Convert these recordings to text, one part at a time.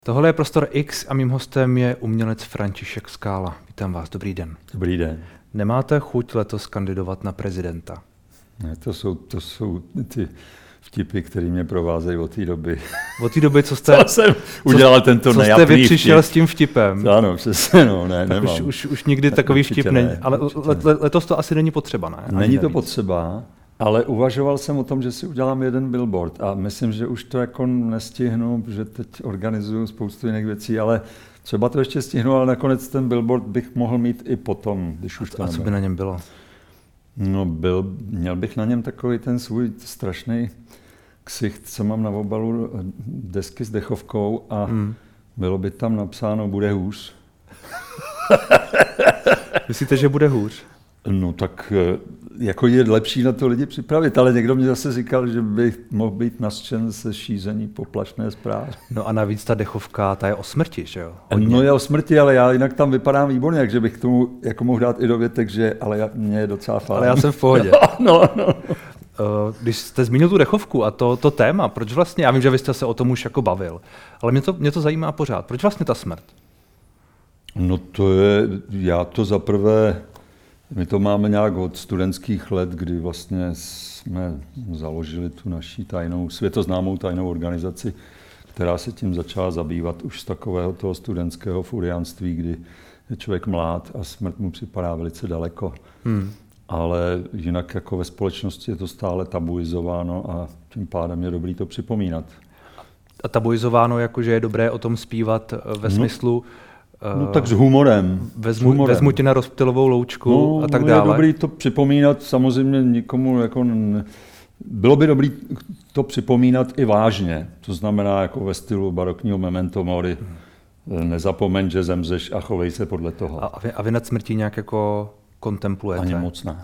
Tohle je Prostor X a mým hostem je umělec František Skála. Vítám vás, dobrý den. Dobrý den. Nemáte chuť letos kandidovat na prezidenta? Ne, to jsou ty vtipy, které mě provázejí od té doby. Od té doby, co jste udělal tento nejapný vy přišel s tím vtipem? Ano, přesně, nemám. Už nikdy takový vtip není, ale letos to asi není potřeba, ne? Není to potřeba, ale uvažoval jsem o tom, že si udělám jeden billboard a myslím, že už to jako nestihnu, protože teď organizuju spoustu jiných věcí, ale třeba to ještě stihnu, ale nakonec ten billboard bych mohl mít i potom, když už to nebyl. A co by na něm bylo? No, měl bych na něm takový ten svůj strašný ksicht, co mám na obalu desky s dechovkou a bylo by tam napsáno bude hůř. Myslíte, že bude hůř? No tak jako je lepší na to lidi připravit, ale někdo mě zase říkal, že bych mohl být nařčen ze šíření poplašné zprávy. No a navíc ta dechovka, ta je o smrti, že jo? No je o smrti, ale já jinak tam vypadám výborně, takže bych k tomu jako mohl dát i dovětek, že ale mě je docela fajn. Ale já jsem v pohodě. No. Když jste zmínil tu dechovku a to téma, proč vlastně, já vím, že vy jste se o tom už jako bavil, ale mě to zajímá pořád, proč vlastně ta smrt? No my to máme nějak od studentských let, kdy vlastně jsme založili tu naší světoznámou tajnou organizaci, která se tím začala zabývat už z takového toho studentského furiánství, kdy je člověk mlád a smrt mu připadá velice daleko. Ale jinak jako ve společnosti je to stále tabuizováno a tím pádem je dobrý to připomínat. A tabuizováno, jakože je dobré o tom zpívat ve smyslu... No tak s humorem. Vezmu tě na rozptylovou loučku a tak dále. Je dobrý to připomínat, samozřejmě nikomu bylo by dobrý to připomínat i vážně. To znamená jako ve stylu barokního memento mori. Nezapomeň, že zemřeš a chovej se podle toho. A vy nad smrtí nějak jako kontemplujete? Ani moc ne.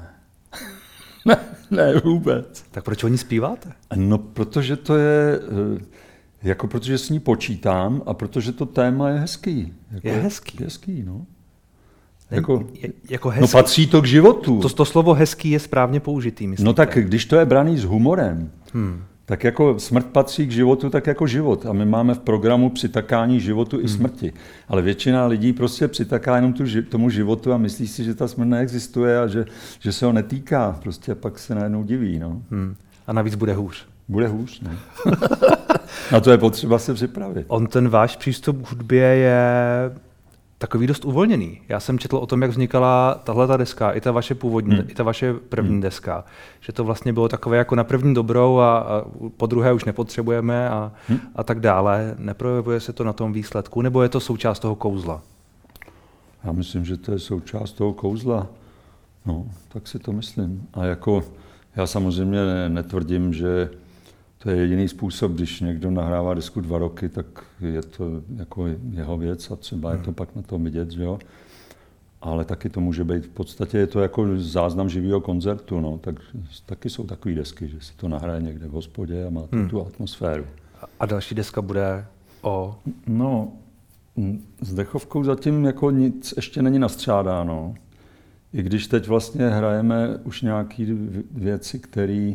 ne, vůbec. Tak proč o ní zpíváte? No, protože to je... protože s ní počítám a protože to téma je hezký. Je hezký? Je hezký, no. Jako hezký. No patří to k životu. To slovo hezký je správně použitý, myslíte? No tak když to je braný s humorem, tak jako smrt patří k životu, tak jako život. A my máme v programu přitakání životu i smrti. Ale většina lidí prostě přitaká jenom tomu životu a myslí si, že ta smrt neexistuje a že se ho netýká. Prostě pak se najednou diví, no. A navíc bude hůř. Bude hůř, ne? Na to je potřeba se připravit. Ten váš přístup k hudbě je takový dost uvolněný. Já jsem četl o tom, jak vznikala tahleta deska, i ta vaše původní, i ta vaše první deska. Že to vlastně bylo takové jako na první dobrou a po druhé už nepotřebujeme a tak dále. Neprojevuje se to na tom výsledku, nebo je to součást toho kouzla? Já myslím, že to je součást toho kouzla. No, tak si to myslím. A já samozřejmě netvrdím, že to je jediný způsob, když někdo nahrává desku 2 roky, tak je to jako jeho věc a třeba je to pak na tom vidět, že jo. Ale taky to může být, v podstatě je to jako záznam živého koncertu, no. Tak taky jsou takové desky, že si to nahraje někde v hospodě a má tu atmosféru. A další deska bude o? No, s dechovkou zatím jako nic ještě není nastřádáno. I když teď vlastně hrajeme už nějaké věci, které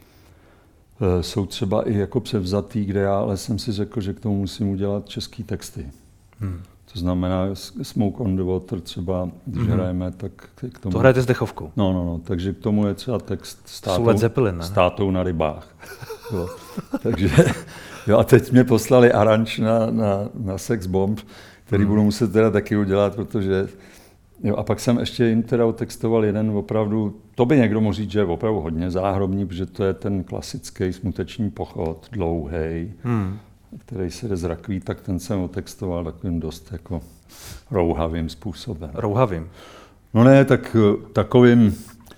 jsou třeba i jako převzatý, kde já ale jsem si řekl, že k tomu musím udělat český texty. To znamená Smoke on the Water třeba, když hrajeme, tak k tomu... To hrajete s dechovkou? No, takže k tomu je třeba text s tátou na rybách. Jo. Takže, a teď mě poslali aranž na Sex Bomb, který budu muset teda taky udělat, protože... Jo, a pak jsem ještě jim teda otextoval jeden opravdu, to by někdo mohl říct, že je opravdu hodně záhrobní, protože to je ten klasický smuteční pochod, dlouhej, který se jde z rakví, tak ten jsem otextoval takovým dost jako rouhavým způsobem. Rouhavým? No ne, tak takovým,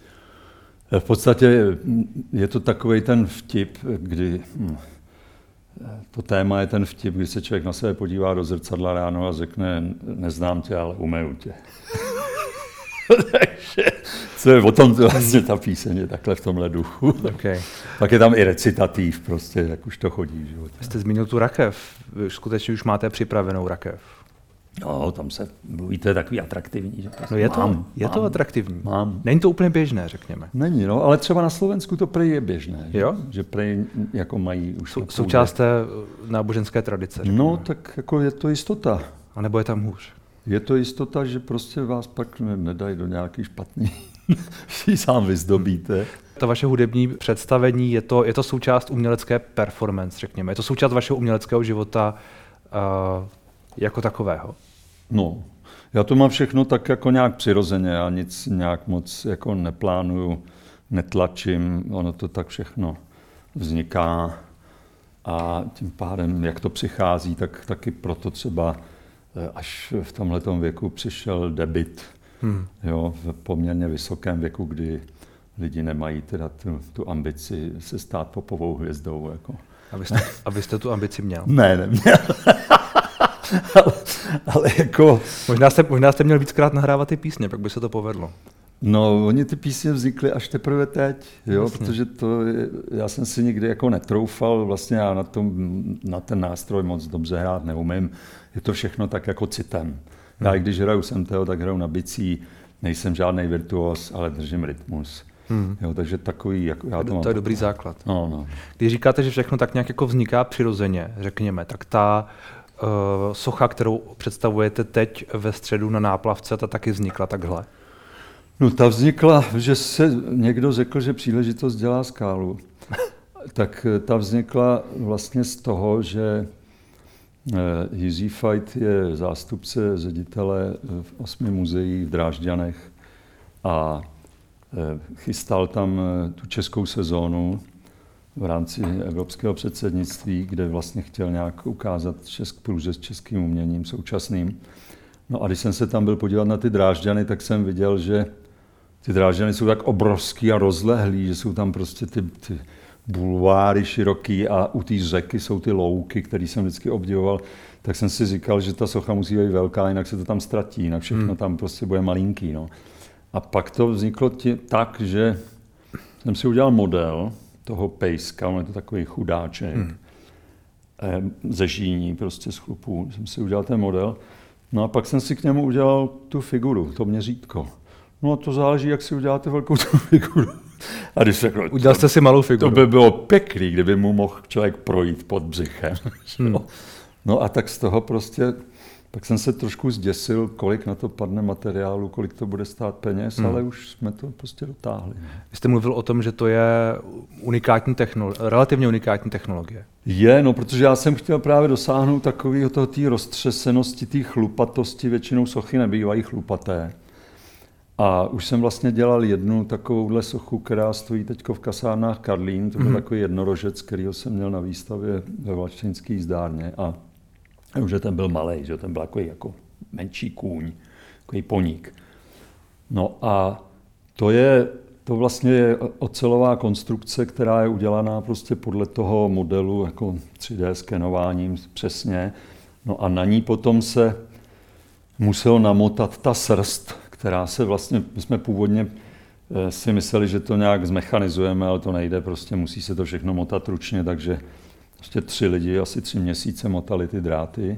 v podstatě je to takovej ten vtip, kdy to téma je ten vtip, kdy se člověk na sebe podívá do zrcadla ráno a řekne, neznám tě, ale umeju tě. Takže co je o tom vlastně ta píseň je takhle v tomhle duchu. Okay. Pak je tam i recitativ, prostě, jak už to chodí v životě. Jste zmínil tu rakev, skutečně už máte připravenou rakev. No, tam se mluví, to je takový atraktivní. Že no je to atraktivní. Mám. Není to úplně běžné, řekněme. Není, no, ale třeba na Slovensku to prej je běžné. Jo? Že prej jako mají už součást té náboženské tradice, řekněme. No, tak jako je to jistota. A nebo je tam hůř? Je to jistota, že prostě vás pak nedají do nějaký špatný, si sám vyzdobíte. To vaše hudební představení, je to součást umělecké performance, řekněme. Je to součást vašeho uměleckého života jako takového? No, já to mám všechno tak jako nějak přirozeně, já nic nějak moc jako neplánuju, netlačím, ono to tak všechno vzniká a tím pádem, jak to přichází, tak taky proto třeba až v tomhletom věku přišel debut, jo, v poměrně vysokém věku, kdy lidi nemají teda tu ambici se stát popovou hvězdou. Jako. A vy jste tu ambici měl? Ne, neměl. ale jako... Možná jste měl víckrát nahrávat ty písně, pak by se to povedlo. No, oni ty písně vznikly až teprve teď, jo, protože já jsem si nikdy jako netroufal, vlastně já na ten nástroj moc dobře hrát neumím. Je to všechno tak jako citem. Já i když hraju semteo, tak hraju na bicí, nejsem žádný virtuos, ale držím rytmus. Jo, takže takový, jako já to mám. To je dobrý základ. No. Když říkáte, že všechno tak nějak jako vzniká přirozeně, řekněme, tak ta socha, kterou představujete teď ve středu na Náplavce, ta taky vznikla takhle? No ta vznikla, že se někdo řekl, že příležitost dělá skálu. Tak ta vznikla vlastně z toho, že Jiří Fajt je zástupce ředitele v 8 muzeí v Drážďanech a chystal tam tu českou sezónu v rámci evropského předsednictví, kde vlastně chtěl nějak ukázat průřez českým uměním současným. No a když jsem se tam byl podívat na ty Drážďany, tak jsem viděl, že ty Drážďany jsou tak obrovský a rozlehlý, že jsou tam prostě ty bulváry široký a u té řeky jsou ty louky, které jsem vždycky obdivoval, tak jsem si říkal, že ta socha musí být velká, jinak se to tam ztratí, jinak všechno tam prostě bude malinký. No. A pak to vzniklo tak, že jsem si udělal model toho pejska, on je to takový chudáček, ze žíní, prostě z chlupů, jsem si udělal ten model, no a pak jsem si k němu udělal tu figuru, to měřítko. No a to záleží, jak si uděláte velkou tu figuru. A když řekl, udělal jste si malou figuru. To by bylo pěkný, kdyby mu mohl člověk projít pod břichem. No a tak z toho prostě, tak jsem se trošku zděsil, kolik na to padne materiálu, kolik to bude stát peněz, ale už jsme to prostě dotáhli. Vy jste mluvil o tom, že to je relativně unikátní technologie. Je, no, protože já jsem chtěl právě dosáhnout takového té roztřesenosti, té chlupatosti, většinou sochy nebývají chlupaté. A už jsem vlastně dělal jednu takovouhle sochu, která stojí teď v kasárnách Karlín, to byl takový jednorožec, kterýho jsem měl na výstavě ve Vlaštinské jízdárně a už ten byl malej, že ten byl takový jako menší kůň, takový poník. No a to vlastně je ocelová konstrukce, která je udělaná prostě podle toho modelu jako 3D skenováním přesně. No a na ní potom se muselo namotat ta srst, která se vlastně, my jsme původně si mysleli, že to nějak zmechanizujeme, ale to nejde, prostě musí se to všechno motat ručně, takže prostě 3 lidi, asi 3 měsíce motali ty dráty.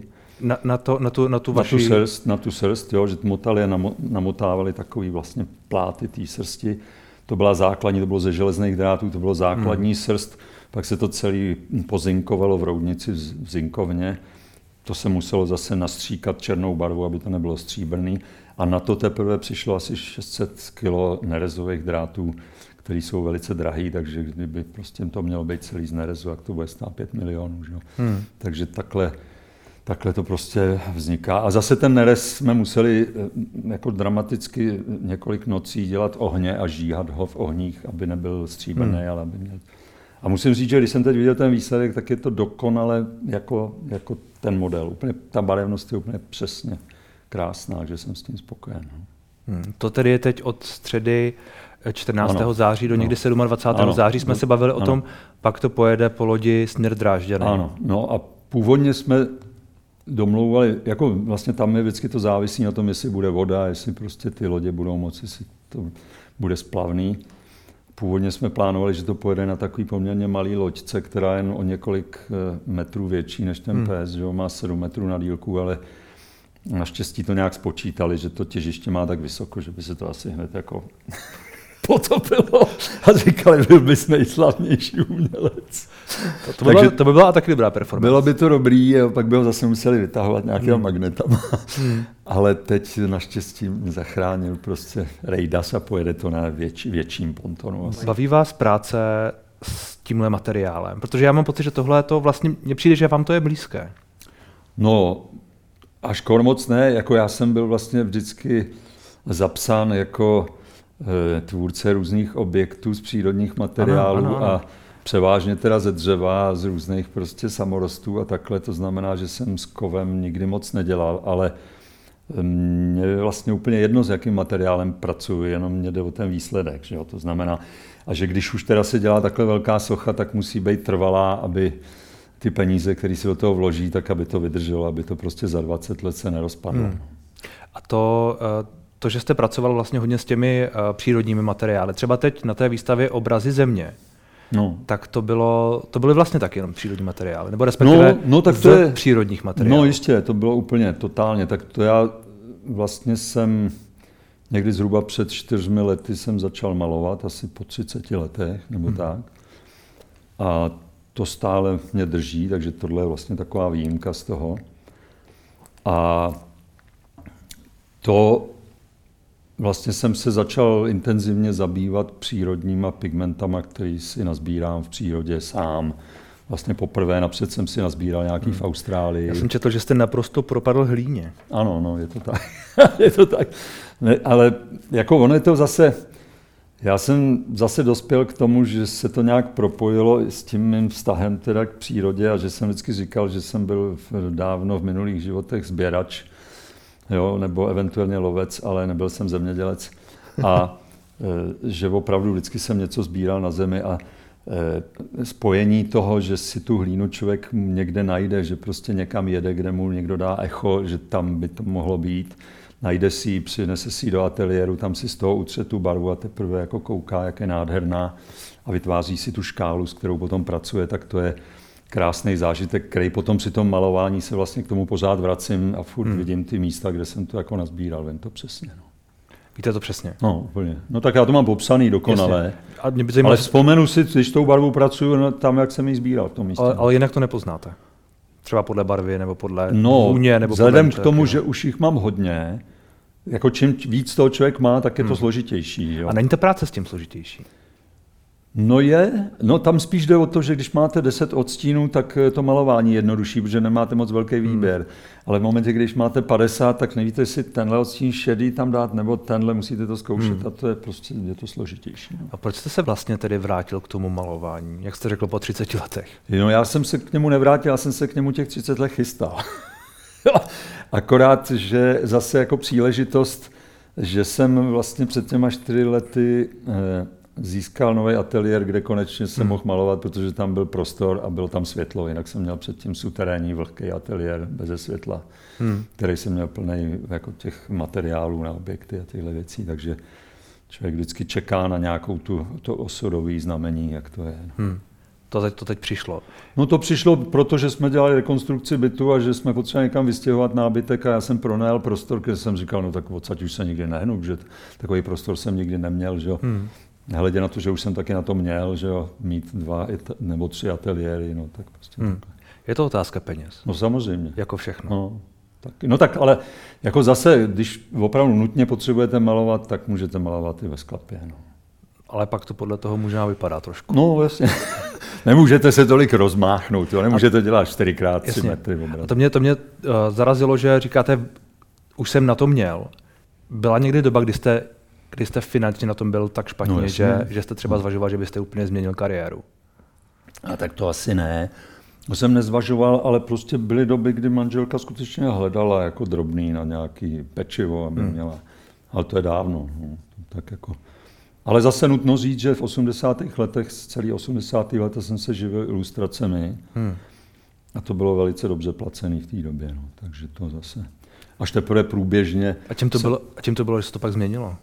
Na tu srst, jo, že motali a namotávali takový vlastně pláty té srsti. To byla základní, to bylo ze železných drátů, to bylo základní srst, pak se to celé pozinkovalo v Roudnici v zinkovně. To se muselo zase nastříkat černou barvu, aby to nebylo stříbrný. A na to teprve přišlo asi 600 kg nerezových drátů, které jsou velice drahý, takže kdyby prostě to mělo být celý z nerezu, jak to bude stát 5 milionů. Že? Takže takhle to prostě vzniká. A zase ten nerez jsme museli jako dramaticky několik nocí dělat ohně a žíhat ho v ohních, aby nebyl stříbrný, ale aby měl... A musím říct, že když jsem teď viděl ten výsledek, tak je to dokonale jako ten model. Úplně, ta barevnost je úplně přesně krásná, že jsem s tím spokojen. To tedy je teď od středy 14. září do někdy 27. září. Jsme se bavili o tom, pak to pojede po lodi směr Drážďany. Ano, no a původně jsme domlouvali, jako vlastně tam je vždycky to závisí na tom, jestli bude voda, jestli prostě ty lodě budou moci, jestli to bude splavný. Původně jsme plánovali, že to pojede na takový poměrně malý loďce, která je jen o několik metrů větší než ten pes, že má 7 metrů na dílku, ale naštěstí to nějak spočítali, že to těžiště má tak vysoko, že by se to asi hned jako potopilo a říkali, byl bys nejslavnější umělec. To by byla taky dobrá performance. Bylo by to dobrý, a pak by ho zase museli vytahovat nějakýma magnetama. Ale teď naštěstí zachránil prostě Rejdas a pojede to na větším pontonu. Baví vás práce s tímhle materiálem? Protože já mám pocit, že tohle to vlastně, mně přijde, že vám to je blízké. No, až moc ne, jako já jsem byl vlastně vždycky zapsán jako tvůrce různých objektů z přírodních materiálů ano. A převážně teda ze dřeva, z různých prostě samorostů a takhle, to znamená, že jsem s kovem nikdy moc nedělal, ale mě je vlastně úplně jedno, s jakým materiálem pracuji, jenom mě jde o ten výsledek, že jo? To znamená, a že když už teda se dělá takhle velká socha, tak musí být trvalá, aby ty peníze, které si do toho vloží, tak aby to vydrželo, aby to prostě za 20 let se nerozpadlo. A to, že jste pracoval vlastně hodně s těmi přírodními materiály, třeba teď na té výstavě Obrazy země, tak to byly vlastně taky jenom přírodní materiály, nebo respektive tak to je přírodních materiálů. No jistě, to bylo úplně totálně, tak to já vlastně jsem někdy zhruba před 4 lety jsem začal malovat, asi po 30 letech, nebo tak. A to stále mě drží, takže tohle je vlastně taková výjimka z toho. A to vlastně jsem se začal intenzivně zabývat přírodníma pigmentama, který si nazbírám v přírodě sám. Vlastně poprvé napřed jsem si nazbíral nějaký v Austrálii. Já jsem četl, že jste naprosto propadl hlíně. Ano, je to tak. Je to tak. Ne, ale jako ono je to zase, já jsem zase dospěl k tomu, že se to nějak propojilo s tím mým vztahem teda k přírodě a že jsem vždycky říkal, že jsem byl dávno v minulých životech sběrač, jo, nebo eventuálně lovec, ale nebyl jsem zemědělec. A že opravdu vždycky jsem něco sbíral na zemi a spojení toho, že si tu hlínu člověk někde najde, že prostě někam jede, kde mu někdo dá echo, že tam by to mohlo být, najde si ji, přinese si ji do ateliéru, tam si z toho utře tu barvu a teprve jako kouká, jak je nádherná a vytváří si tu škálu, s kterou potom pracuje, tak to je krásný zážitek, který potom při tom malování se vlastně k tomu pořád vracím a furt vidím ty místa, kde jsem to jako nazbíral, vím to přesně. No. Víte to přesně? No, úplně. No tak já to mám popsaný dokonale, ale vzpomenu si, když tou barvou pracuju, tam, jak jsem ji sbíral v tom místě. Ale jinak to nepoznáte? Třeba podle barvy, nebo podle vůně, nebo vzhledem k tomu, že už jich mám hodně, jako čím víc toho člověk má, tak je to složitější. Jo? A není ta práce s tím složitější? No tam spíš jde o to, že když máte 10 odstínů, tak to malování je jednodušší, protože nemáte moc velký výběr. Ale v momentě, když máte 50, tak nevíte, jestli tenhle odstín šedý tam dát, nebo tenhle, musíte to zkoušet a to je prostě je to složitější. No. A proč jste se vlastně tedy vrátil k tomu malování, jak jste řekl, po 30 letech? No já jsem se k němu nevrátil, já jsem se k němu těch 30 let chystal. Akorát, že zase jako příležitost, že jsem vlastně před těma 4 lety získal nový ateliér, kde konečně jsem mohl malovat, protože tam byl prostor a bylo tam světlo. Jinak jsem měl předtím suterénní vlhký ateliér beze světla, který jsem měl plný jako těch materiálů na objekty a těchto věcí. Takže člověk vždycky čeká na nějakou to osudové znamení, jak to je. To teď přišlo. No to přišlo, protože jsme dělali rekonstrukci bytu a že jsme potřebovali někam vystěhovat nábytek a já jsem pronajal prostor, kde jsem říkal, no tak odsaď už se nikdy nehnu, že takový prostor jsem nikdy neměl, že jo. Hledě na to, že už jsem taky na to měl, že jo, mít 2 nebo 3 ateliéry, no tak prostě Je to otázka peněz. No samozřejmě. Jako všechno. No tak, ale jako zase, když opravdu nutně potřebujete malovat, tak můžete malovat i ve sklepě, no. Ale pak to podle toho možná vypadá trošku. No jasně. Nemůžete se tolik rozmáchnout, jo? Nemůžete dělat 4x3 metry obraz. A to mě zarazilo, že říkáte, už jsem na to měl. Byla někdy doba, kdy jste finančně na tom byl tak špatně, že jste třeba zvažoval, že byste úplně změnil kariéru? A tak to asi ne. To jsem nezvažoval, ale prostě byly doby, kdy manželka skutečně hledala jako drobný na nějaký pečivo, aby měla. Ale to je dávno. No. Tak jako. Ale zase nutno říct, že v 80. letech, celý 80. leta jsem se živil ilustracemi. A to bylo velice dobře placený v té době. No. Takže to zase až teprve průběžně. A čím to bylo, že se to pak změnilo?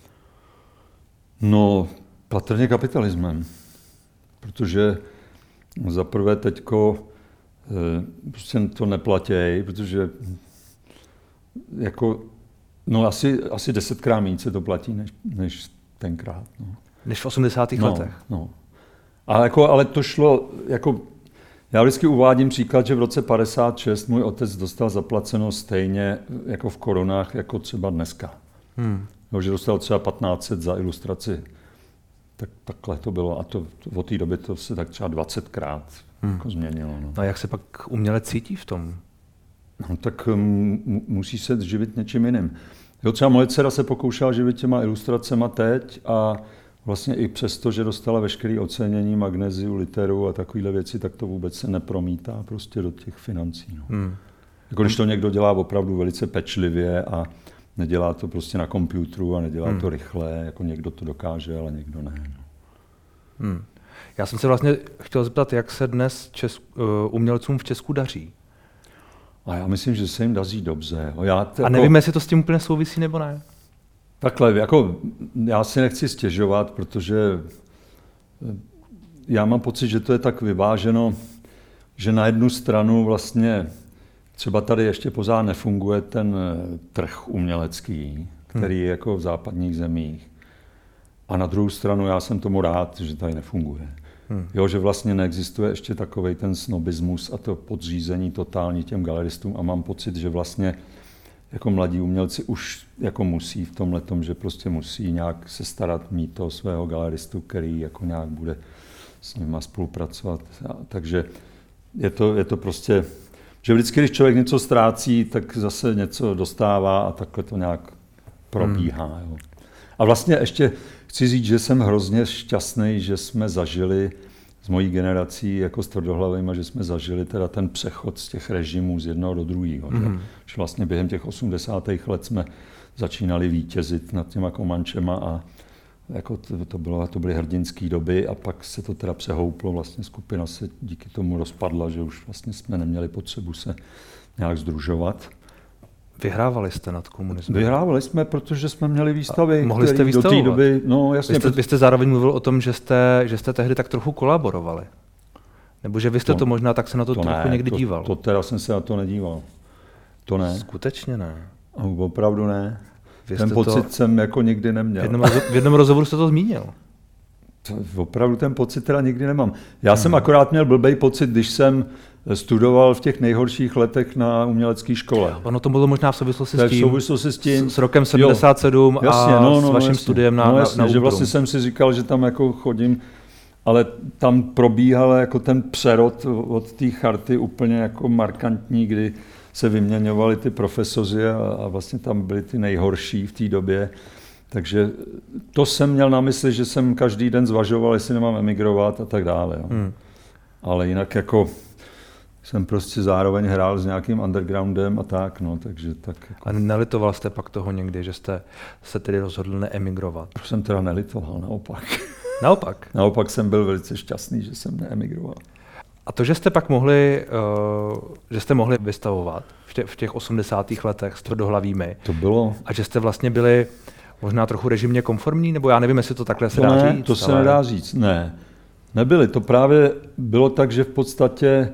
No, patrně kapitalismem. Protože za prvé teďko prostě to neplatěj, protože jako, no asi 10krát méně se to platí, než tenkrát. No. Než v 80. letech. No. Ale to šlo, jako, já vždycky uvádím příklad, že v roce 56 můj otec dostal zaplaceno stejně jako v korunách, jako třeba dneska. No, že dostal třeba 1500 za ilustraci. Takhle to bylo a od té doby to se tak třeba 20krát jako změnilo. No. A jak se pak umělec cítí v tom? No, tak musí se živit něčím jiným. Jo, třeba moje dcera se pokoušela živit těma ilustracema teď a vlastně i přesto, že dostala veškeré ocenění, magnéziu, literu a takovéhle věci, tak to vůbec se nepromítá prostě do těch financí. No. Jako když to někdo dělá opravdu velice pečlivě a nedělá to prostě na počítači a nedělá to rychle, jako někdo to dokáže, ale někdo ne. No. Já jsem se vlastně chtěl zeptat, jak se dnes umělcům v Česku daří? A já myslím, že se jim daří dobře. A nevím, jestli to s tím úplně souvisí nebo ne? Takhle, jako já si nechci stěžovat, protože já mám pocit, že to je tak vyváženo, že na jednu stranu vlastně třeba tady ještě pořád nefunguje ten trh umělecký, který je jako v západních zemích. A na druhou stranu já jsem tomu rád, že tady nefunguje. Jo, že vlastně neexistuje ještě takovej ten snobismus a to podřízení totální těm galeristům a mám pocit, že vlastně jako mladí umělci už jako musí v tomhletom, že prostě musí nějak se starat, mít toho svého galeristu, který jako nějak bude s nima spolupracovat. Takže je to prostě, že vždycky, když člověk něco ztrácí, tak zase něco dostává a takhle to nějak probíhá. Jo. A vlastně ještě chci říct, že jsem hrozně šťastný, že jsme zažili s mojí generací jako s tvrdohlavejma, že jsme zažili teda ten přechod z těch režimů z jednoho do druhého. Že vlastně během těch 80. let jsme začínali vítězit nad těma Komančema a jako to byly hrdinské doby a pak se to teda přehouplo, vlastně skupina se díky tomu rozpadla, že už vlastně jsme neměli potřebu se nějak sdružovat. Vyhrávali jste nad komunismem? Vyhrávali jsme, protože jsme měli výstavy. A mohli jste vystavovat? Do té doby, no jasně. Vy jste zároveň mluvil o tom, že jste tehdy tak trochu kolaborovali. Nebo že vy jste to možná tak se na to trochu někdy díval. To teda jsem se na to nedíval. To ne. Skutečně ne. Opravdu ne. Ten pocit jsem jako nikdy neměl. V jednom rozhovoru jste to zmínil. Opravdu ten pocit teda nikdy nemám. Já jsem akorát měl blbej pocit, když jsem studoval v těch nejhorších letech na umělecké škole. Ono to bylo možná v souvislosti s tím. S rokem 77 jasně, s vaším studiem na jasně, že vlastně jsem si říkal, že tam jako chodím, ale tam probíhal jako ten přerod od té charty úplně jako markantní, kdy se vyměňovali ty profesoři a vlastně tam byli ty nejhorší v té době. Takže to jsem měl na mysli, že jsem každý den zvažoval, jestli nemám emigrovat a tak dále. Jo. Ale jinak jako jsem prostě zároveň hrál s nějakým undergroundem a tak, no, takže tak. Jako. A nelitoval jste pak toho někdy, že jste se tedy rozhodl neemigrovat? To jsem teda nelitoval, naopak. Naopak? Naopak jsem byl velice šťastný, že jsem neemigroval. A to, že jste pak mohli vystavovat v těch 80. letech s tvrdohlavými. To bylo. A že jste vlastně byli možná trochu režimně konformní, nebo já nevím, jestli to takhle se dá říct. To se nedá říct, ne. Nebyli, to právě bylo tak, že v podstatě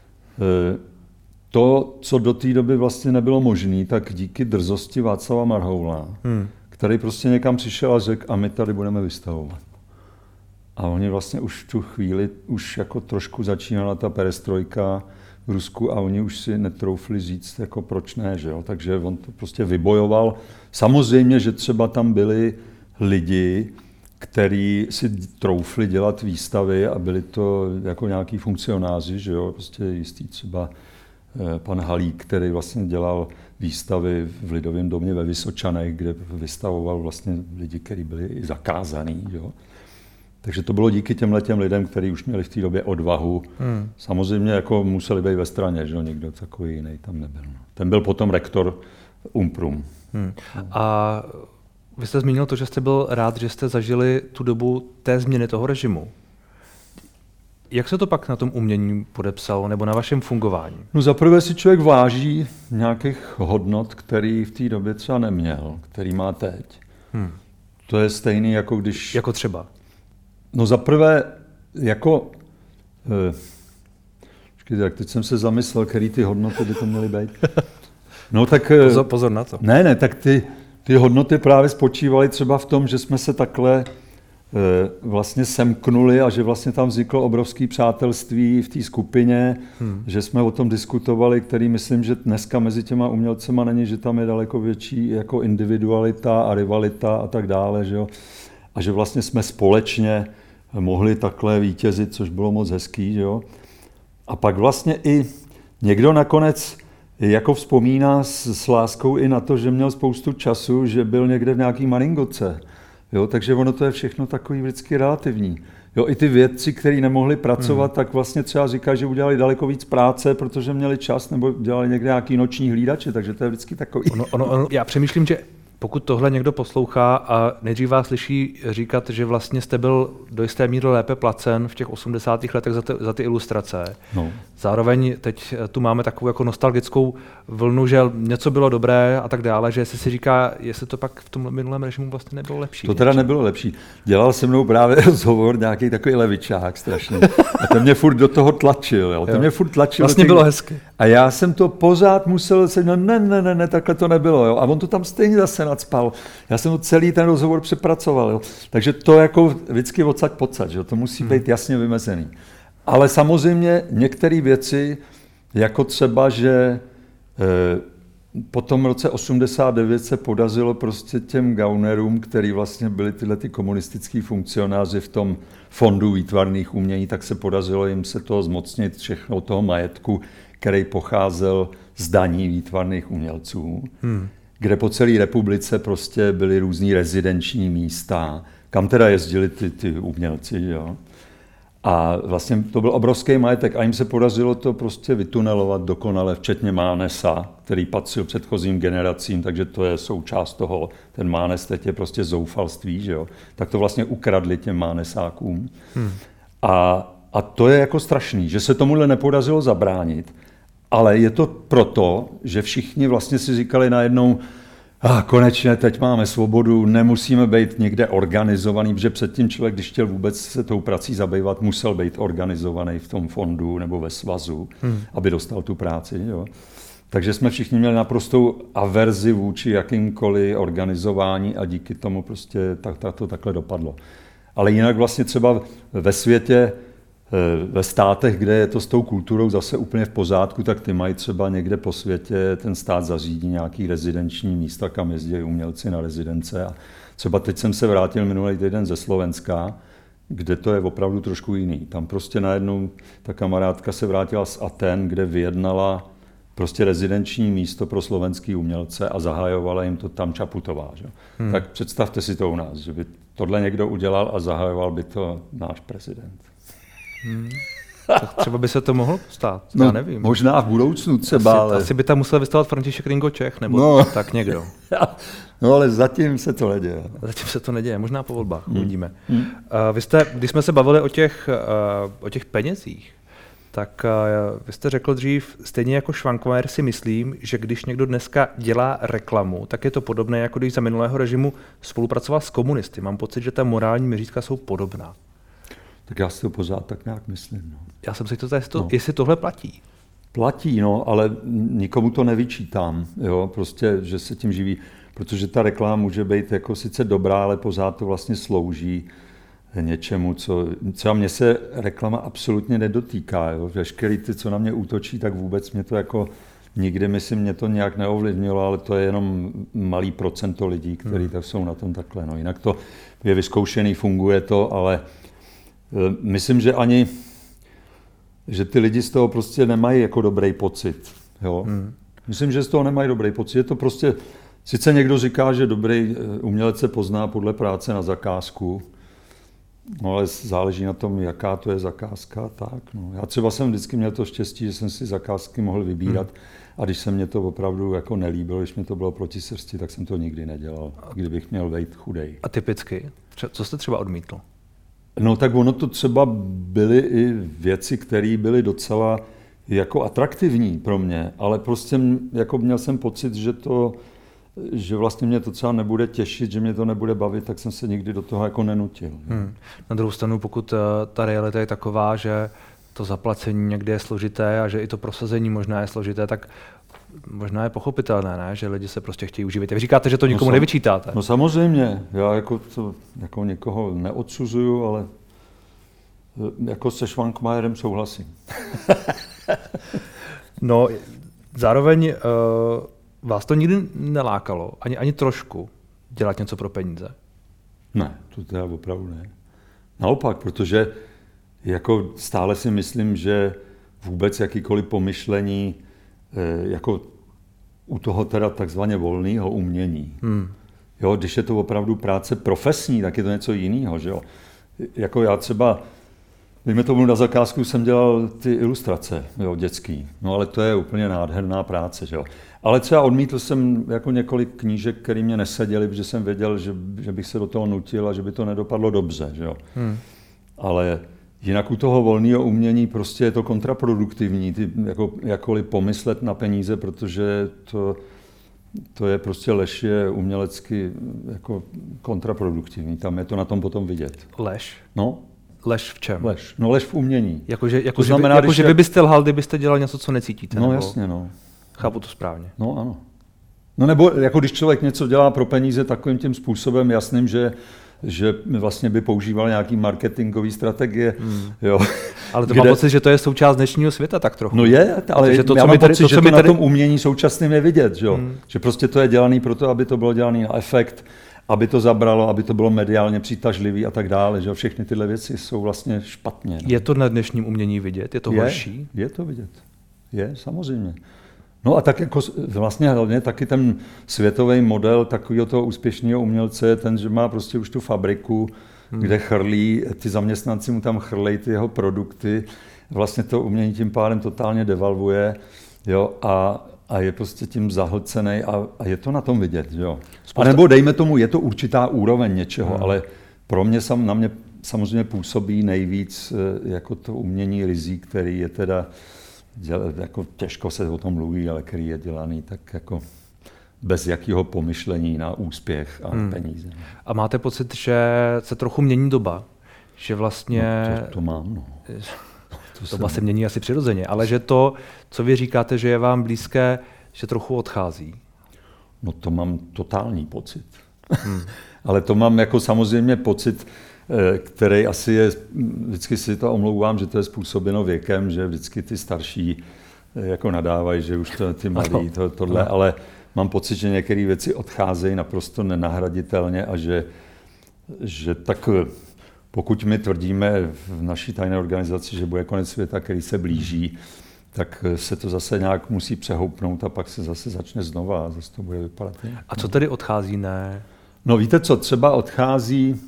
to, co do té doby vlastně nebylo možné, tak díky drzosti Václava Marhoula, který prostě někam přišel a řekl, a my tady budeme vystavovat. A oni vlastně už v tu chvíli, už jako trošku začínala ta perestrojka v Rusku a oni už si netroufli říct, jako proč ne, že jo? Takže on to prostě vybojoval. Samozřejmě, že třeba tam byli lidi, kteří si troufli dělat výstavy a byli to jako nějaký funkcionáři, že jo? Prostě jistý třeba pan Halík, který vlastně dělal výstavy v Lidovém domě ve Vysočanech, kde vystavoval vlastně lidi, kteří byli i zakázaný, že jo? Takže to bylo díky těmhletěm lidem, kteří už měli v té době odvahu. Samozřejmě jako museli být ve straně, že někdo takový jiný tam nebyl. Ten byl potom rektor Umprum. A vy jste zmínil to, že jste byl rád, že jste zažili tu dobu té změny toho režimu. Jak se to pak na tom umění podepsalo, nebo na vašem fungování? No zaprvé si člověk váží nějakých hodnot, který v té době třeba neměl, který má teď. To je stejný, jako když... Jako třeba? No zaprvé, jako... tak teď jsem se zamyslel, který ty hodnoty by to měly být. No tak... Pozor na to. Ne, tak ty hodnoty právě spočívaly třeba v tom, že jsme se takhle vlastně semknuli a že vlastně tam vzniklo obrovské přátelství v té skupině, že jsme o tom diskutovali, který myslím, že dneska mezi těma umělcema není, že tam je daleko větší jako individualita a rivalita a tak dále, že jo? A že vlastně jsme společně mohli takhle vítězit, což bylo moc hezký, že jo? A pak vlastně i někdo nakonec jako vzpomíná s láskou i na to, že měl spoustu času, že byl někde v nějaký maringotce. Jo, takže ono to je všechno takový vždycky relativní. Jo, i ty vědci, kteří nemohli pracovat, tak vlastně třeba říkají, že udělali daleko víc práce, protože měli čas, nebo dělali někde nějaký noční hlídače, takže to je vždycky takový. Já přemýšlím, že pokud tohle někdo poslouchá a nejdřív vás slyší říkat, že vlastně jste byl do jisté míry lépe placen v těch 80. letech za ty ilustrace. No. Zároveň teď tu máme takovou jako nostalgickou vlnu, že něco bylo dobré a tak dále, že si říká, jestli to pak v tom minulém režimu vlastně nebylo lepší. To teda nebylo lepší. Dělal se mnou právě rozhovor nějaký takový levičák strašný. A ten mě furt do toho tlačil. Jo. Ten mě furt tlačil. Vlastně bylo hezky. A já jsem to pořád musel se, ne, takhle to nebylo. Jo. A on to tam stejně zase nadspal. Já jsem to celý ten rozhovor přepracoval. Jo. Takže to jako vždycky odsaď pocať, že? To musí být jasně vymezený. Ale samozřejmě některé věci, jako třeba, že po tom roce 89 se podařilo prostě těm gaunerům, který vlastně byli tyhle ty komunistický funkcionáři v tom fondu výtvarných umění, tak se podařilo jim se toho zmocnit všechno toho majetku, který pocházel z daní výtvarných umělců, kde po celé republice prostě byly různý rezidenční místa, kam teda jezdili ty umělci, jo. A vlastně to byl obrovský majetek a jim se podařilo to prostě vytunelovat dokonale, včetně Mánesa, který patřil předchozím generacím, takže to je součást toho. Ten Mánes teď je prostě zoufalství, že jo. Tak to vlastně ukradli těm Mánesákům. A to je jako strašný, že se tomuhle nepodařilo zabránit, ale je to proto, že všichni vlastně si říkali najednou, konečně teď máme svobodu, nemusíme být někde organizovaný, protože předtím člověk, když chtěl vůbec se tou prací zabývat, musel být organizovaný v tom fondu nebo ve svazu, aby dostal tu práci. Jo. Takže jsme všichni měli naprostou averzi vůči jakýmkoliv organizování a díky tomu prostě to takhle dopadlo. Ale jinak vlastně třeba ve světě, ve státech, kde je to s tou kulturou zase úplně v pořádku, tak ty mají třeba někde po světě, ten stát zařídí nějaký rezidenční místa, kam jezdí umělci na rezidence. A třeba teď jsem se vrátil minulý týden ze Slovenska, kde to je opravdu trošku jiný. Tam prostě najednou ta kamarádka se vrátila z Aten, kde vyjednala prostě rezidenční místo pro slovenský umělce a zahajovala jim to tam Čaputová. Že? Tak představte si to u nás, že by tohle někdo udělal a zahajoval by to náš prezident. Tak třeba by se to mohlo stát, já nevím. Možná v budoucnu třeba, ale... Asi by tam musel vystavovat František Ringo Čech, nebo tak někdo. No ale zatím se to neděje. Zatím se to neděje, možná po volbách, uvidíme. Když jsme se bavili o těch penězích, tak vy jste řekl dřív, stejně jako Švankmajer si myslím, že když někdo dneska dělá reklamu, tak je to podobné, jako když za minulého režimu spolupracoval s komunisty. Mám pocit, že ta morální měřítka jsou podobná. Tak já si to pořád tak nějak myslím. No. Já jsem si jestli tohle platí. Platí, ale nikomu to nevyčítám, jo, prostě, že se tím živí, protože ta reklama může být jako sice dobrá, ale pořád to vlastně slouží něčemu, co třeba mě se reklama absolutně nedotýká, jo. Veškerý ty, co na mě útočí, tak vůbec mě to jako nikdy, myslím, mě to nějak neovlivnilo, ale to je jenom malý procento lidí, kteří tak jsou na tom takhle, no. Jinak to je vyzkoušený, funguje to, ale myslím, že ty lidi z toho prostě nemají jako dobrý pocit. Jo? Myslím, že z toho nemají dobrý pocit. Je to prostě, sice někdo říká, že dobrý umělec se pozná podle práce na zakázku, no ale záleží na tom, jaká to je zakázka. Tak, no. Já třeba jsem vždycky měl to štěstí, že jsem si zakázky mohl vybírat a když se mě to opravdu jako nelíbilo, když mě to bylo proti srsti, tak jsem to nikdy nedělal, kdybych měl být chudej. A typicky? Co jste třeba odmítl? No tak ono to třeba byly i věci, které byly docela jako atraktivní pro mě, ale prostě jako měl jsem pocit, že vlastně mě to třeba nebude těšit, že mě to nebude bavit, tak jsem se nikdy do toho jako nenutil. Na druhou stranu, pokud ta realita je taková, že to zaplacení někdy je složité a že i to prosazení možná je složité, tak možná je pochopitelné, ne? Že lidi se prostě chtějí uživit. Vy říkáte, že to nikomu nevyčítáte. No samozřejmě, já jako někoho neodsuzuju, ale jako se Švankmajerem souhlasím. No, zároveň vás to nikdy nelákalo, ani trošku, dělat něco pro peníze? Ne, to teda opravdu ne. Naopak, protože jako stále si myslím, že vůbec jakýkoliv pomyšlení jako u toho teda takzvaně volného umění. Jo, když je to opravdu práce profesní, tak je to něco jiného, že jo. Jako já třeba, dejme tomu na zakázku jsem dělal ty ilustrace, jo, dětský. No ale to je úplně nádherná práce, že jo. Ale třeba odmítl jsem jako několik knížek, které mě neseděly, protože jsem věděl, že bych se do toho nutil a že by to nedopadlo dobře, že jo. Ale jinak u toho volného umění prostě je to kontraproduktivní, jakkoliv pomyslet na peníze, protože to je prostě lež je umělecky jako kontraproduktivní. Tam je to na tom potom vidět. Lež? No. Lež v čem? Lež. No lež v umění. Jakože vy byste lhal, kdybyste dělal něco, co necítíte. No jasně, no. Chápu to správně. No ano. No nebo jako když člověk něco dělá pro peníze takovým tím způsobem jasným, že vlastně by používal nějaký marketingový strategie. Jo. Ale to mám pocit, že to je součást dnešního světa tak trochu. No je, ale to, já mám pocit, že to na tom umění současným je vidět, že jo. Že prostě to je dělaný proto, aby to bylo dělaný na efekt, aby to zabralo, aby to bylo mediálně přitažlivý a tak dále, že jo. Všechny tyhle věci jsou vlastně špatně. No. Je to na dnešním umění vidět? Je to horší? Je to vidět. Je, samozřejmě. No a tak jako vlastně hlavně taky ten světový model takového toho úspěšného umělce je ten, že má prostě už tu fabriku, kde chrlí, ty zaměstnanci mu tam chrlej ty jeho produkty, vlastně to umění tím pádem totálně devalvuje, jo, a je prostě tím zahlcený a je to na tom vidět, jo. A nebo dejme tomu, je to určitá úroveň něčeho, ale pro mě na mě samozřejmě působí nejvíc jako to umění rizí, který je teda jako těžko se o tom mluví, ale který je dělaný tak jako bez jakého pomyšlení na úspěch a peníze. A máte pocit, že se trochu mění doba? Že vlastně... No, to mám, no. Doba se mění asi přirozeně, ale že to, co vy říkáte, že je vám blízké, že trochu odchází. No to mám totální pocit. Ale to mám jako samozřejmě pocit, který asi je, vždycky si to omlouvám, že to je způsobeno věkem, že vždycky ty starší jako nadávají, že už ty mladí tohle, ale mám pocit, že některé věci odcházejí naprosto nenahraditelně a že tak pokud my tvrdíme v naší tajné organizaci, že bude konec světa, který se blíží, tak se to zase nějak musí přehoupnout a pak se zase začne znova a zase to bude vypadat. A co tedy odchází, ne? No víte co, třeba odchází,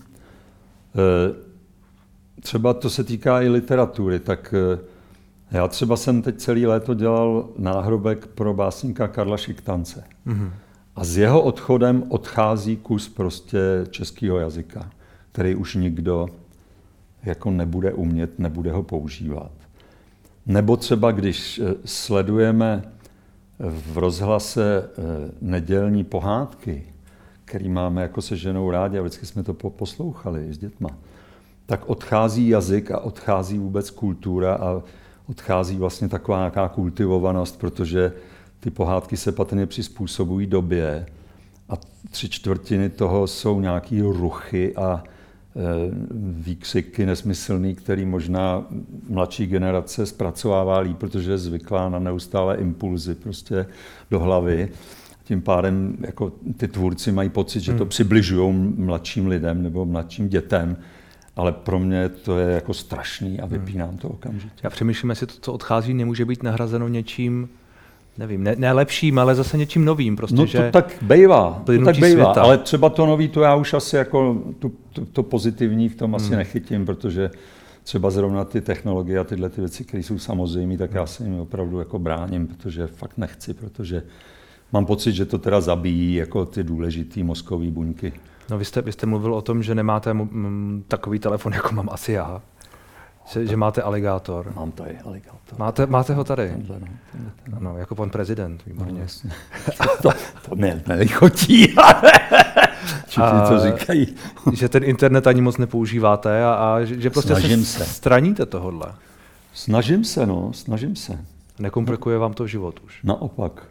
třeba to se týká i literatury, tak já třeba jsem teď celý léto dělal náhrobek pro básníka Karla Šiktance. A s jeho odchodem odchází kus prostě českého jazyka, který už nikdo jako nebude umět, nebude ho používat. Nebo třeba když sledujeme v rozhlase nedělní pohádky, který máme jako se ženou rádi a vždycky jsme to poslouchali s dětma, tak odchází jazyk a odchází vůbec kultura a odchází vlastně taková nějaká kultivovanost, protože ty pohádky se patrně přizpůsobují době a 3/4 toho jsou nějaký ruchy a výkřiky nesmyslný, který možná mladší generace zpracovává líp, protože je zvyklá na neustále impulzy prostě do hlavy. Tím pádem jako ty tvůrci mají pocit, že to přibližují mladším lidem nebo mladším dětem, ale pro mě to je jako strašný a vypínám to okamžitě. Já přemýšlím, jestli to, co odchází, nemůže být nahrazeno něčím, nevím, ne lepším, ale zase něčím novým. Prostě, no to tak bejvá, ale třeba to nový, to já už asi jako to pozitivní v tom asi nechytím, protože třeba zrovna ty technologie a tyhle ty věci, které jsou samozřejmé, tak já se jim opravdu jako bráním, protože fakt nechci, protože mám pocit, že to teda zabíjí jako ty důležité mozkové buňky. No vy jste mluvil o tom, že nemáte takový telefon, jako mám asi já. Že máte aligátor. Mám tady aligátor. Máte ho tady? Tenhle. No, jako pan prezident, výborně. No, to nelichotí. Všichni to říkají. Že ten internet ani moc nepoužíváte a že prostě se straníte tohodle. Snažím se. Nekomplikuje vám to život už? Naopak.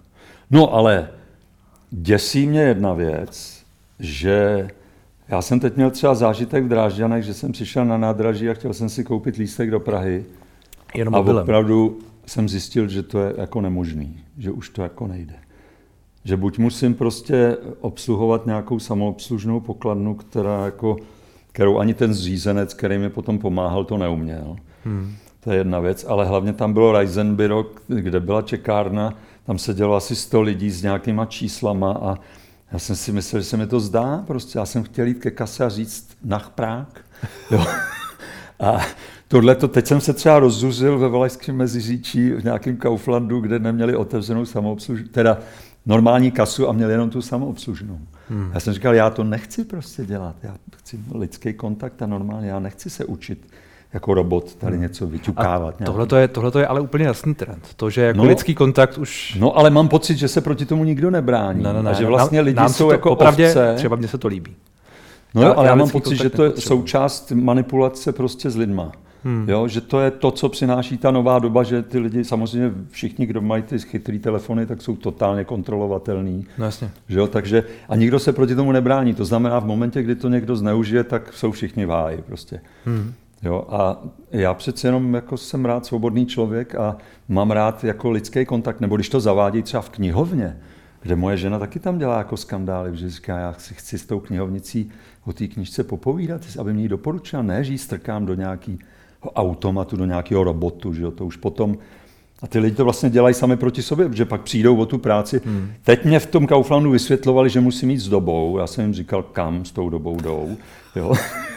No ale děsí mě jedna věc, že já jsem teď měl třeba zážitek v Drážďanech, že jsem přišel na nádraží a chtěl jsem si koupit lístek do Prahy. Jenom a mobilem. opravdu jsem zjistil, že to je jako nemožný, že už to jako nejde. Že buď musím prostě obsluhovat nějakou samoobslužnou pokladnu, kterou ani ten zřízenec, který mi potom pomáhal, to neuměl. To je jedna věc, ale hlavně tam bylo Reisenbüro, kde byla čekárna, tam sedělo asi 100 lidí s nějakýma číslama a já jsem si myslel, že se mi to zdá, prostě já jsem chtěl jít ke kase a říct nach Prák. Jo. A tohleto, teď jsem se třeba rozzuřil ve Valašském Meziříčí v nějakém Kauflandu, kde neměli otevřenou samoobslužnou, teda normální kasu a měli jenom tu samoobslužnou. Já jsem říkal, já to nechci prostě dělat, já chci lidský kontakt a normálně, já nechci se učit jako robot tady něco vyťukávat. Tohle je ale úplně jasný trend. To, že jako lidský kontakt už... No ale mám pocit, že se proti tomu nikdo nebrání. A že vlastně lidi jsou jako ovce. Třeba mně se to líbí. No ale já mám pocit, že to je součást manipulace prostě s lidma. Jo, že to je to, co přináší ta nová doba, že ty lidi, samozřejmě všichni, kdo mají ty chytrý telefony, tak jsou totálně kontrolovatelný. No jasně. Že jo, takže, a nikdo se proti tomu nebrání. To znamená, v momentě, kdy to někdo zneužije, tak jsou všichni v háji prostě. Jo, a já přece jenom jako jsem rád svobodný člověk a mám rád jako lidský kontakt, nebo když to zavádí třeba v knihovně, kde moje žena taky tam dělá jako skandály, že říká, já si chci s tou knihovnicí o té knížce popovídat, aby mě ji doporučila, ne, že ji strkám do nějakého automatu, do nějakého robotu, že jo, to už potom. A ty lidi to vlastně dělají sami proti sobě, protože pak přijdou o tu práci. Teď mě v tom Kauflandu vysvětlovali, že musím jít s dobou, já jsem jim říkal, kam s tou dobou jdou, jo.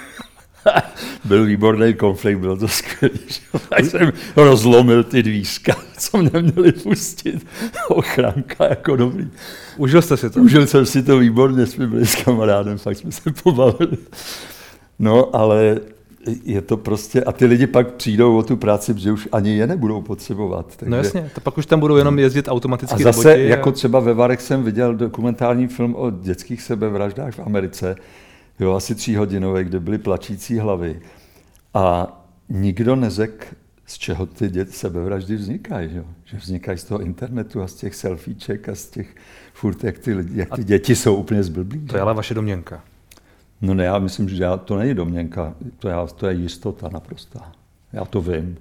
Byl výborný konflikt, bylo to skvělý. Já jsem rozlomil ty dvířka, co mě měli pustit. Ochránka jako dobrý. Užil jste si to? Užil jsem si to výborně, jsme byli s kamarádem, fakt jsme se pobavili. No, ale je to prostě, a ty lidi pak přijdou o tu práci, protože už ani je nebudou potřebovat. Takže... No jasně, to pak už tam budou jenom jezdit automaticky. A zase, jako třeba ve Varech jsem viděl dokumentární film o dětských sebevraždách v Americe, jo, asi 3hodinový, kde byly plačící hlavy. A nikdo neřekl, z čeho ty sebevraždy vznikají. Jo? Že vznikají z toho internetu a z těch selfieček a z těch furt, jak ty děti jsou úplně zblblí. To je ale vaše domněnka. No ne, já myslím, že to není domněnka, to je jistota naprostá. Já to vím.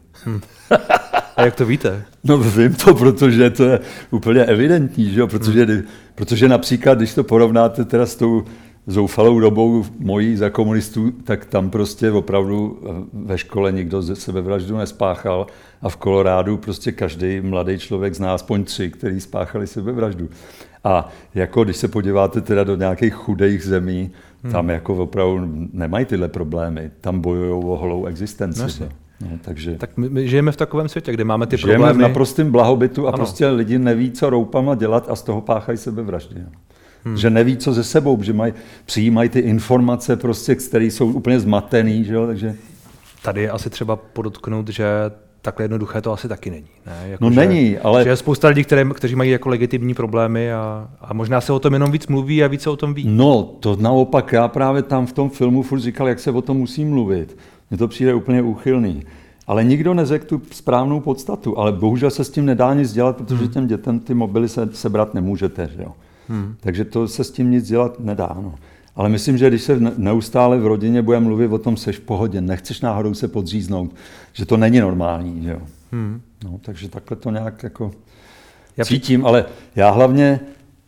A jak to víte? No vím to, protože to je úplně evidentní, že jo? Protože například, když to porovnáte teda s tou zoufalou dobou mojí za komunistů, tak tam prostě opravdu ve škole nikdo ze sebevraždu nespáchal a v Kolorádu prostě každý mladý člověk zná aspoň 3, kteří spáchali sebevraždu. A jako když se podíváte teda do nějakých chudých zemí, tam jako opravdu nemají tyhle problémy, tam bojují o holou existenci. No, takže... Tak my žijeme v takovém světě, kde máme ty problémy. Žijeme v naprostém blahobytu a prostě lidi neví, co roupama dělat a z toho páchají sebevraždy. Že neví, co ze sebou, že přijímají ty informace, prostě, které jsou úplně zmatený. Že jo? Takže... Tady je asi třeba podotknout, že takhle jednoduché to asi taky není. Ne? Jako, no není, ale... Že je spousta lidí, kteří mají jako legitimní problémy a možná se o tom jenom víc mluví a víc se o tom ví. No, to naopak, já právě tam v tom filmu furt říkal, jak se o tom musí mluvit. Mně to přijde úplně úchylný. Ale nikdo neřekl tu správnou podstatu, ale bohužel se s tím nedá nic dělat, protože těm dětem ty mobily sebrat nemůžete. Že jo? Takže to se s tím nic dělat nedá. No. Ale myslím, že když se neustále v rodině bude mluvit o tom, seš v pohodě, nechceš náhodou se podříznout, že to není normální. Že jo? No, takže takhle to nějak jako cítím, ale já hlavně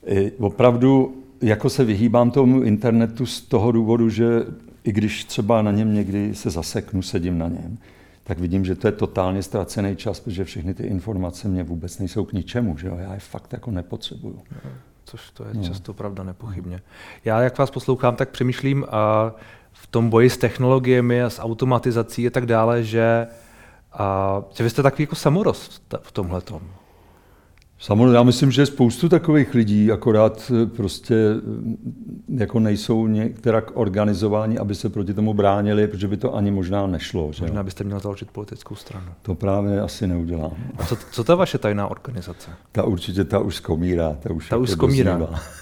opravdu jako se vyhýbám tomu internetu z toho důvodu, že i když třeba na něm někdy se zaseknu, sedím na něm, tak vidím, že to je totálně ztracený čas, protože všechny ty informace mě vůbec nejsou k ničemu, že jo? Já je fakt jako nepotřebuju. Což to je často pravda, nepochybně. Já, jak vás poslouchám, tak přemýšlím v tom boji s technologiemi a s automatizací a tak dále, že vy jste takový jako samorost v tomhletom. Samozřejmě, já myslím, že je spoustu takových lidí, akorát prostě jako nejsou některak organizovaní, aby se proti tomu bránili, protože by to ani možná nešlo. Že? Možná byste měl založit politickou stranu. To právě asi neudělám. A co ta vaše tajná organizace? Ta už skomírá. Ta už skomírá.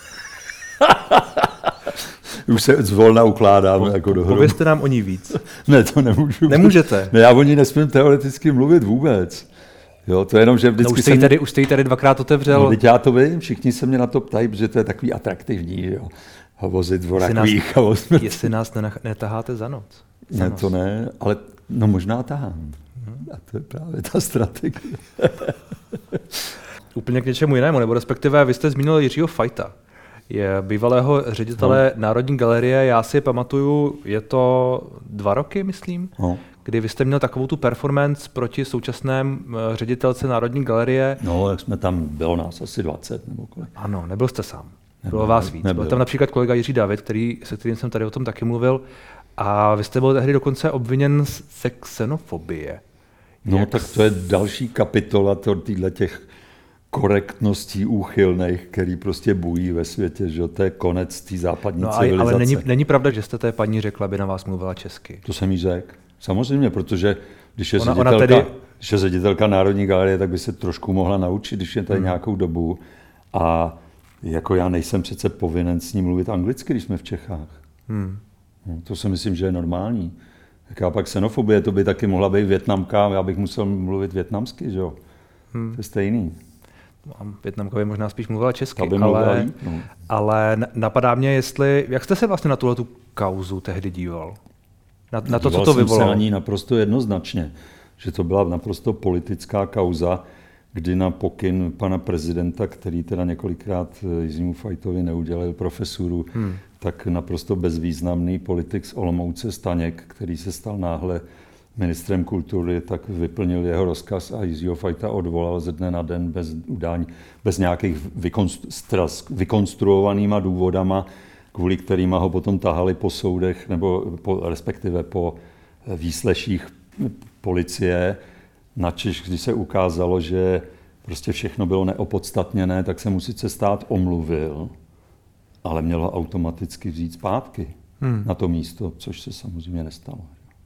Už se zvolna ukládám jako dohromady. Povězte nám o ní víc. Ne, to nemůžu. Nemůžete? Ne, já o ní nesmím teoreticky mluvit vůbec. Jo, to je jenom, že vždycky už jste ji tady dvakrát otevřel. No, já to vím, všichni se mě na to ptají, protože to je takový atraktivní, jo. Vozit v rakvích. Jestli nás netaháte za noc. Ne, to ne, ale no možná tahám. A to je právě ta strategie. Úplně k něčemu jinému, nebo respektive vy jste zmínil Jiřího Fajta. Je bývalého ředitele Národní galerie, já si pamatuju, je to 2 roky, myslím, kdy vy jste měl takovou tu performance proti současném ředitelce Národní galerie. No, jak jsme tam, bylo nás asi 20 nebo kolik. Ano, nebyl jste sám. Bylo vás víc. Byl tam například kolega Jiří David, se kterým jsem tady o tom taky mluvil. A vy jste byl tehdy dokonce obviněn ze xenofobie. No, tak to je další kapitola těch korektností úchylných, který prostě bují ve světě, že to je konec té západní civilizace. Ale není pravda, že jste té paní řekla, aby na vás mluvila česky. To jsem jí řekl. Samozřejmě, protože když je ředitelka Národní galerie, tak by se trošku mohla naučit, když je tady nějakou dobu. A jako já nejsem přece povinen s ní mluvit anglicky, když jsme v Čechách. No, to si myslím, že je normální. Jaká pak xenofobie, to by taky mohla být Vietnamka, já bych musel mluvit vietnamsky, že jo? To je stejný. Vietnamka by možná spíš mluvila česky, ale napadá mě, jak jste se vlastně na tuhletu kauzu tehdy díval? Na to, co to vyvolalo? Jsem se na ní naprosto jednoznačně, že to byla naprosto politická kauza, kdy na pokyn pana prezidenta, který teda několikrát Jiřímu Fajtovi neudělal profesuru, tak naprosto bezvýznamný politik z Olomouce Staněk, který se stal náhle ministrem kultury, tak vyplnil jeho rozkaz a Jiřího Fajta odvolal ze dne na den bez udání, bez nějakých vykonstruovanýma důvodama, kvůli kterýma ho potom tahali po soudech, nebo respektive po výsleších policie. Načež, když se ukázalo, že prostě všechno bylo neopodstatněné, tak se mu sice stát omluvil, ale měl ho automaticky vzít zpátky na to místo, což se samozřejmě nestalo.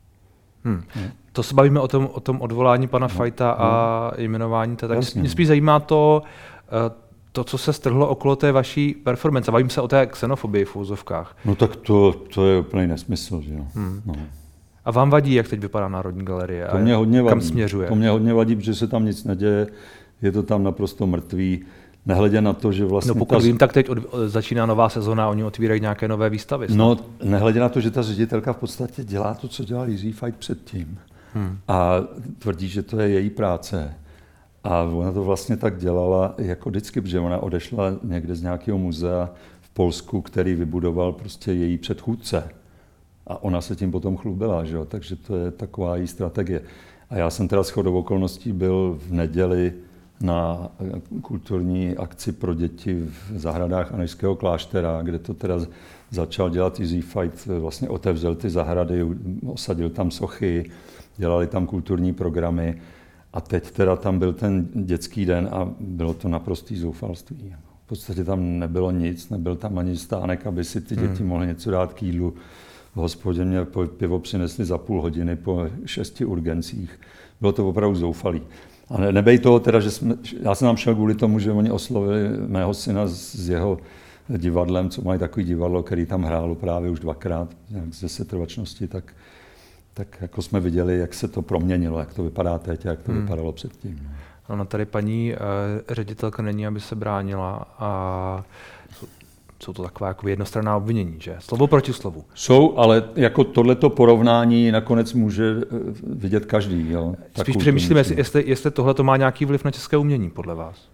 To se bavíme o tom odvolání pana Fajta a jmenování. Tak mě spíš zajímá to, co se strhlo okolo té vaší performance. Bavím se o té xenofobii v úzovkách. No tak to je úplný nesmysl, že jo. No. A vám vadí, jak teď vypadá Národní galerie? To mě hodně vadí. Kam směřuje? To mě hodně vadí, protože se tam nic neděje, je to tam naprosto mrtvý. Nehledě na to, že vlastně... No pokud vím, tak teď začíná nová sezóna, oni otvírají nějaké nové výstavy. No, nehledě na to, že ta ředitelka v podstatě dělá to, co dělal Jiří Fajt předtím. A tvrdí, že to je její práce. A ona to vlastně tak dělala jako vždycky, protože ona odešla někde z nějakého muzea v Polsku, který vybudoval prostě její předchůdce. A ona se tím potom chlubila, že jo? Takže to je taková její strategie. A já jsem teda shodou okolností byl v neděli na kulturní akci pro děti v zahradách Anežského kláštera, kde to teda začal dělat Jiří Fajt, vlastně otevřel ty zahrady, osadil tam sochy, dělali tam kulturní programy a teď teda tam byl ten dětský den a bylo to naprostý zoufalství. V podstatě tam nebylo nic, nebyl tam ani stánek, aby si ty děti mohly něco dát k jídlu. V hospodě mě pivo přinesli za půl hodiny po 6 urgencích. Bylo to opravdu zoufalý. A nebej toho teda, já jsem tam šel kvůli tomu, že oni oslovili mého syna s jeho divadlem, co mají takový divadlo, který tam hrálo právě už 2krát, nějak ze setrvačnosti, tak jako jsme viděli, jak se to proměnilo, jak to vypadá teď a jak to vypadalo předtím. Ono tady paní ředitelka není, aby se bránila a jsou to taková jako jednostranná obvinění, že? Slovo proti slovu. Jsou, ale jako tohleto porovnání nakonec může vidět každý. Jo? Spíš přemýšlím, jestli tohleto má nějaký vliv na české umění, podle vás?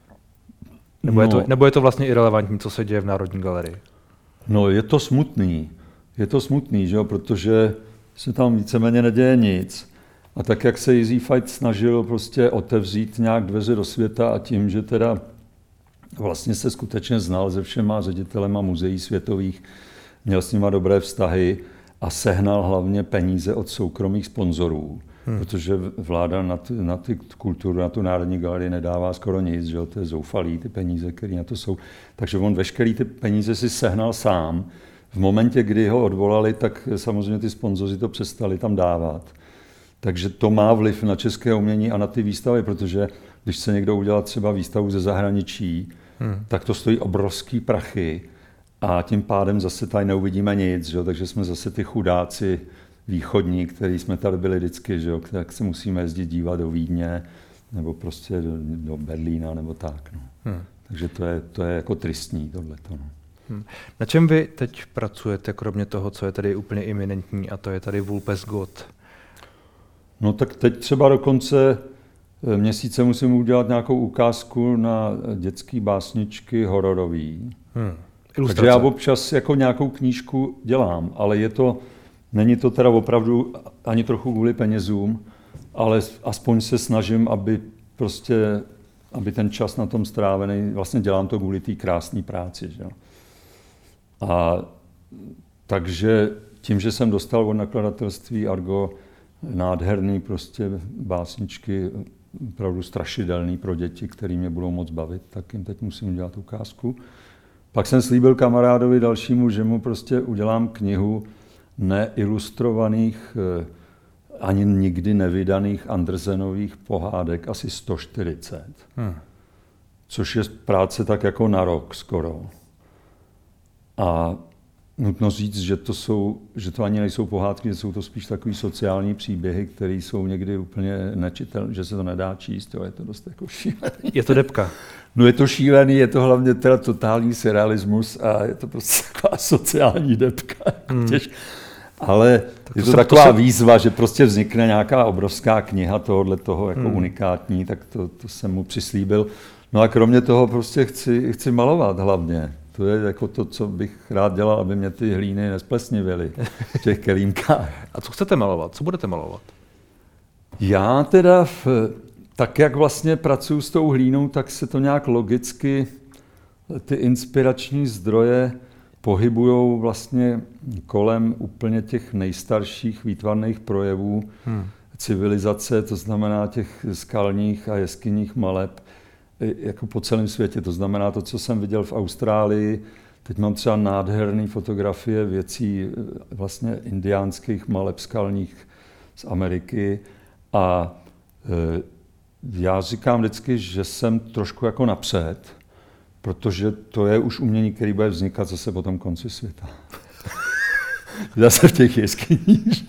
Nebo je to vlastně irelevantní, co se děje v Národní galerii? No, je to smutný, že jo? Protože se tam víceméně neděje nic. A tak, jak se Jiří Fajt snažil prostě otevřít nějak dveře do světa a tím, že teda vlastně se skutečně znal se všema ředitelema muzeí světových, měl s nima dobré vztahy a sehnal hlavně peníze od soukromých sponzorů, protože vláda na ty kulturu, na tu Národní galerii nedává skoro nic, že to je zoufalý, ty peníze, které na to jsou. Takže on veškerý ty peníze si sehnal sám. V momentě, kdy ho odvolali, tak samozřejmě ty sponzoři to přestali tam dávat. Takže to má vliv na české umění a na ty výstavy, protože když se někdo udělá třeba výstavu ze zahraničí, tak to stojí obrovský prachy a tím pádem zase tady neuvidíme nic, že? Takže jsme zase ty chudáci východní, který jsme tady byli vždycky, že? Tak se musíme jezdit dívat do Vídně nebo prostě do Berlína, nebo tak. No. Takže to je jako tristní tohleto. No. Na čem vy teď pracujete, kromě toho, co je tady úplně iminentní, a to je tady Vulpes God? No tak teď třeba do konce měsíce musím udělat nějakou ukázku na dětské básničky hororový. Takže já občas jako nějakou knížku dělám, ale není to teda opravdu ani trochu kvůli penězům, ale aspoň se snažím, aby ten čas na tom strávený, vlastně dělám to kvůli té krásné práci. Že? A takže tím, že jsem dostal od nakladatelství Argo nádherný prostě básničky, opravdu strašidelný pro děti, který mě budou moc bavit, tak jim teď musím udělat ukázku. Pak jsem slíbil kamarádovi dalšímu, že mu prostě udělám knihu neilustrovaných, ani nikdy nevydaných Andersenových pohádek, asi 140. Což je práce tak jako na rok skoro. A nutno říct, že to ani nejsou pohádky, že jsou to spíš takový sociální příběhy, které jsou někdy úplně nečitelné, že se to nedá číst, jo, je to dost jako šílený. Je to debka. No je to šílený, je to hlavně teda totální surrealismus a je to prostě taková sociální debka. Ale je to taková výzva, že prostě vznikne nějaká obrovská kniha toho jako unikátní, tak to jsem mu přislíbil. No a kromě toho prostě chci malovat hlavně. To je jako to, co bych rád dělal, aby mě ty hlíny nesplesnivily v těch kelímkách. A co chcete malovat? Co budete malovat? Já teda, tak jak vlastně pracuji s tou hlínou, tak se to nějak logicky, ty inspirační zdroje pohybujou vlastně kolem úplně těch nejstarších výtvarných projevů civilizace, to znamená těch skalních a jeskyních maleb, jako po celém světě. To znamená to, co jsem viděl v Austrálii. Teď mám třeba nádherné fotografie věcí vlastně indiánských maleb skalních z Ameriky. A já říkám vždycky, že jsem trošku jako napřed, protože to je už umění, který bude vznikat zase po tom konci světa. Zase v těch jeskyních.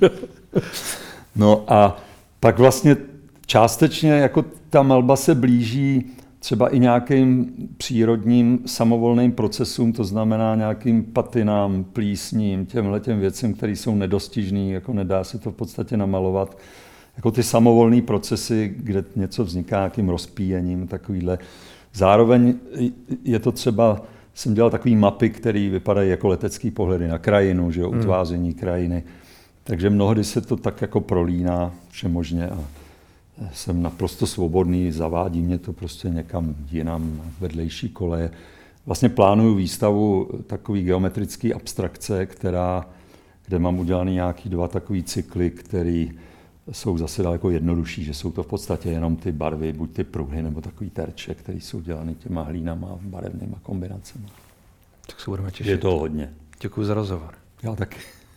No a pak vlastně částečně jako ta malba se blíží třeba i nějakým přírodním samovolným procesům, to znamená nějakým patinám, plísním, těmhletěm věcem, které jsou nedostižný, jako nedá se to v podstatě namalovat. Jako ty samovolné procesy, kde něco vzniká nějakým rozpíjením, takovýhle. Zároveň je to třeba, jsem dělal takové mapy, které vypadají jako letecký pohledy na krajinu, že jo, utváření krajiny. Takže mnohdy se to tak jako prolíná všemožně a jsem naprosto svobodný, zavádí mě to prostě někam jinam, vedlejší koleje. Vlastně plánuju výstavu takový geometrický abstrakce, kde mám udělaný nějaký 2 takový cykly, které jsou zase daleko jednodušší, že jsou to v podstatě jenom ty barvy, buď ty pruhy, nebo takový terče, které jsou dělaný těma hlínama a barevnýma kombinacemi. Tak se budeme těšit. Je to hodně. Děkuji za rozhovor. Já taky.